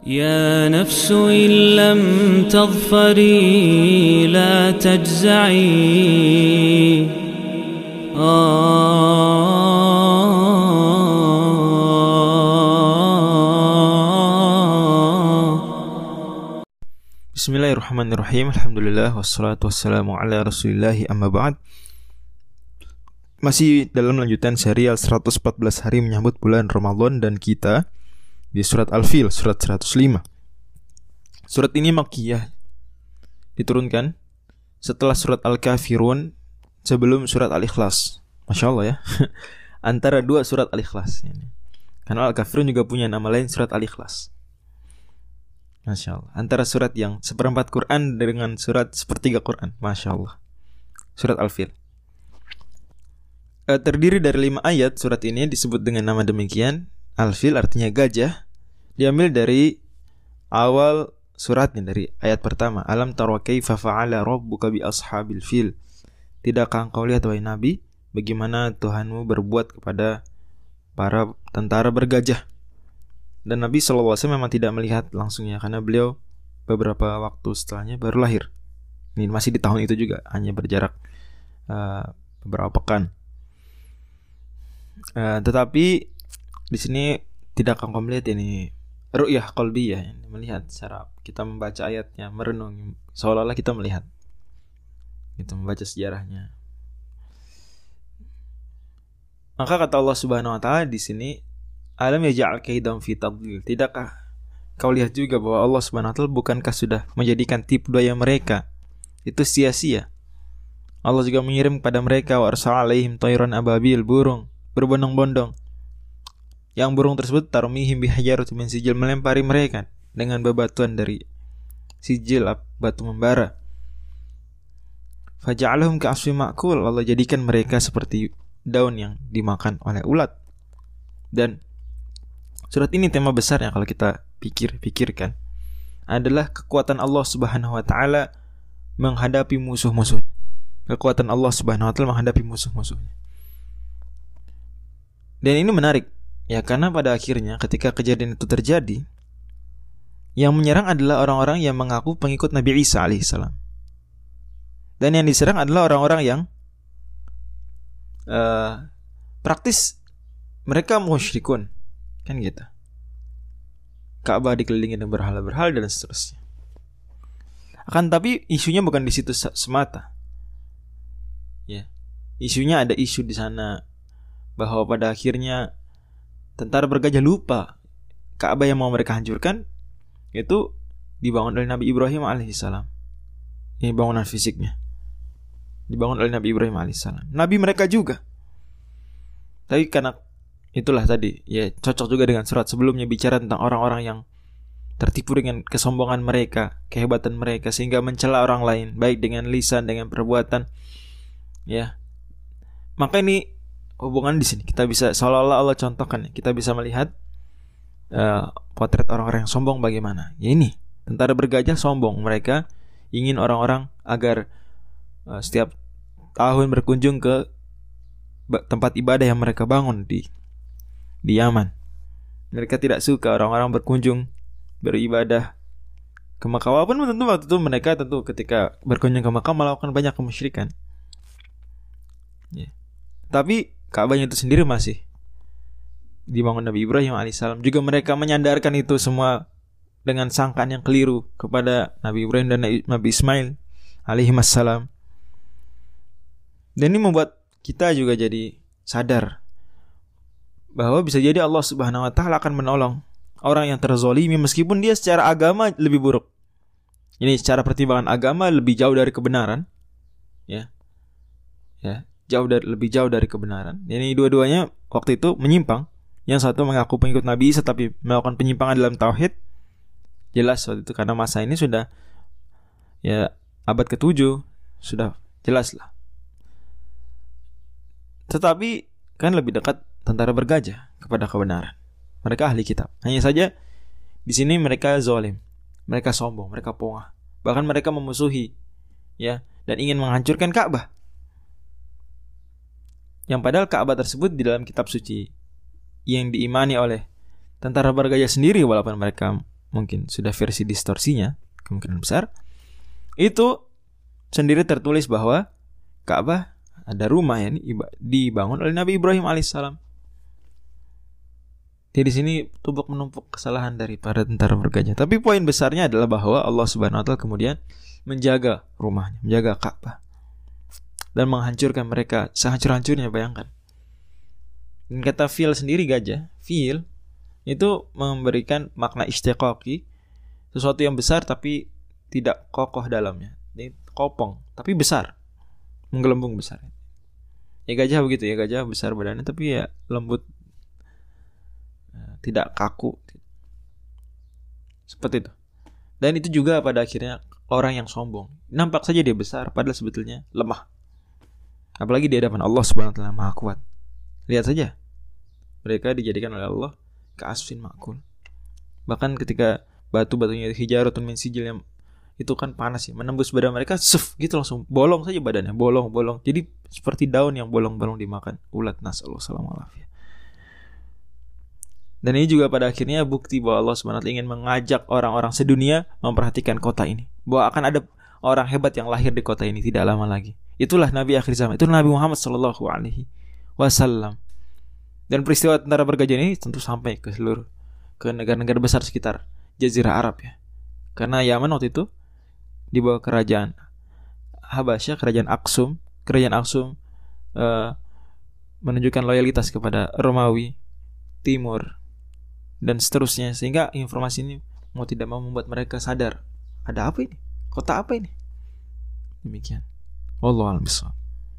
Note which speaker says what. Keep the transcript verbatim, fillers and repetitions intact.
Speaker 1: يا نفس إن لم تظفري لا تجزعي
Speaker 2: Bismillahirrahmanirrahim. Alhamdulillah wassalatu wassalamu ala rasulillahi amma ba'd. Masih dalam lanjutan serial seratus empat belas hari menyambut bulan Ramadan, dan kita di surat Al-Fil, surat seratus lima. Surat ini Makkiyah, diturunkan setelah surat Al-Kafirun, sebelum surat Al-Ikhlas. Masya Allah ya. Antara dua surat Al-Ikhlas ini. Karena Al-Kafirun juga punya nama lain, surat Al-Ikhlas. Masya Allah. Antara surat yang seperempat Quran dengan surat sepertiga Quran. Masya Allah. Surat Al-Fil. E, terdiri dari lima ayat. Surat ini disebut dengan nama demikian. Al-Fil artinya gajah. Diambil dari awal suratnya, dari ayat pertama. Alam tara kaifa fa'ala rabbuka bi ashabil fil. Tidakkah engkau lihat, wahai Nabi, bagaimana Tuhanmu berbuat kepada para tentara bergajah? Dan Nabi shallallahu alaihi wasallam memang tidak melihat langsungnya, karena beliau beberapa waktu setelahnya baru lahir. Ini masih di tahun itu juga, hanya berjarak uh, beberapa pekan. Uh, tetapi di sini tidak akan melihat ini ru'yah qalbiyah, melihat secara kita membaca ayatnya, merenung, seolah-olah kita melihat, kita membaca sejarahnya. Maka kata Allah Subhanahu wa taala di sini, alam yaj'al kaidam fi tadlil. Tidakkah kau lihat juga bahwa Allah Subhanahu wa taala bukankah sudah menjadikan tipu daya mereka itu sia-sia? Allah juga mengirim kepada mereka wa arsala alaihim tayran ababil, burung berbondong-bondong. Yang burung tersebut tarmihim bihajaratin min sijil, melempari mereka dengan bebatuan dari sijil, batu membara. Faja'alahum ka'asfin ma'kul, Allah jadikan mereka seperti daun yang dimakan oleh ulat. Dan surat ini tema besarnya kalau kita pikir-pikirkan adalah kekuatan Allah Subhanahu wa taala menghadapi musuh-musuhnya. Kekuatan Allah Subhanahu wa taala menghadapi musuh-musuhnya. Dan ini menarik ya, karena pada akhirnya ketika kejadian itu terjadi, yang menyerang adalah orang-orang yang mengaku pengikut Nabi Isa alaihissalam. Dan yang diserang adalah orang-orang yang uh, praktis mereka musyrikun, kan gitu. Ka'bah dikelilingi dengan berhala-berhala dan seterusnya. Akan tapi isunya bukan di situ semata. Ya. Isunya ada isu di sana bahwa pada akhirnya tentara bergajah lupa Ka'bah yang mau mereka hancurkan itu dibangun oleh Nabi Ibrahim alaihissalam. Ini bangunan fisiknya dibangun oleh Nabi Ibrahim alaihissalam. Nabi mereka juga. Tapi karena itulah tadi ya, cocok juga dengan surat sebelumnya, bicara tentang orang-orang yang tertipu dengan kesombongan mereka, kehebatan mereka, sehingga mencela orang lain baik dengan lisan, dengan perbuatan. Ya. Maka ini hubungan di sini kita bisa seolah-olah Allah contohkan, kita bisa melihat uh, potret orang-orang yang sombong bagaimana. Ya ini, tentara bergajah sombong, mereka ingin orang-orang agar uh, setiap tahun berkunjung ke tempat ibadah yang mereka bangun di di Yaman. Mereka tidak suka orang-orang berkunjung beribadah ke Makkah, walaupun tentu waktu itu mereka tentu ketika berkunjung ke Makkah melakukan banyak kemusyrikan. Ya. Tapi Ka'bahnya itu sendiri masih dibangun Nabi Ibrahim alaihissalam. Juga mereka menyandarkan itu semua dengan sangkaan yang keliru kepada Nabi Ibrahim dan Nabi Ismail alaihissalam. Dan ini membuat kita juga jadi sadar bahwa bisa jadi Allah Subhanahu wa taala akan menolong orang yang terzolimi meskipun dia secara agama lebih buruk. Ini secara pertimbangan agama lebih jauh dari kebenaran. Ya. Ya. Jauh dari, lebih jauh dari kebenaran. Ini dua-duanya waktu itu menyimpang. Yang satu mengaku pengikut Nabi Isa tapi melakukan penyimpangan dalam tauhid. Jelas waktu itu karena masa ini sudah ya abad ketujuh, sudah jelas lah. Tetapi kan lebih dekat tentara bergajah kepada kebenaran. Mereka ahli kitab. Hanya saja di sini mereka zalim, mereka sombong, mereka pongah. Bahkan mereka memusuhi ya dan ingin menghancurkan Ka'bah. Yang padahal Ka'bah tersebut di dalam kitab suci yang diimani oleh tentara bergajah sendiri, walaupun mereka mungkin sudah versi distorsinya, kemungkinan besar, itu sendiri tertulis bahwa Ka'bah ada rumah yang dibangun oleh Nabi Ibrahim alaihissalam. Jadi di sini tumpuk menumpuk kesalahan dari para tentara bergajah. Tapi poin besarnya adalah bahwa Allah Subhanahu wa taala kemudian menjaga rumahnya, menjaga Ka'bah dan menghancurkan mereka sehancur-hancurnya, bayangkan. Dan kata fil sendiri gajah, fil itu memberikan makna istiqaqi, sesuatu yang besar tapi tidak kokoh dalamnya. Ini kopong tapi besar, menggelembung besar. Ya gajah begitu ya, gajah besar badannya tapi ya lembut, tidak kaku, seperti itu. Dan itu juga pada akhirnya orang yang sombong, nampak saja dia besar padahal sebetulnya lemah. Apalagi di hadapan Allah Subhanahu wa taala Maha Kuat. Lihat saja, mereka dijadikan oleh Allah ka'asfin ma'kul. Bahkan ketika batu-batunya hijaratun min sijil yang itu kan panas ya, menembus badan mereka, suf, gitu langsung bolong saja badannya, bolong-bolong. Jadi seperti daun yang bolong-bolong dimakan ulat, nasallahu alaihi. Dan ini juga pada akhirnya bukti bahwa Allah subhanahu wa taala ingin mengajak orang-orang sedunia memperhatikan kota ini, bahwa akan ada orang hebat yang lahir di kota ini tidak lama lagi. Itulah Nabi akhir zaman, itu Nabi Muhammad sallallahu alaihi wasallam. Dan peristiwa tentara bergajah ini tentu sampai ke seluruh ke negara-negara besar sekitar Jazirah Arab ya. Karena Yaman waktu itu di bawah kerajaan Habasyah, kerajaan Aksum, kerajaan Aksum uh, menunjukkan loyalitas kepada Romawi Timur dan seterusnya, sehingga informasi ini mau tidak mau membuat mereka sadar, ada apa ini? Kota apa ini? Demikian. Wallahu a'lam bishawab.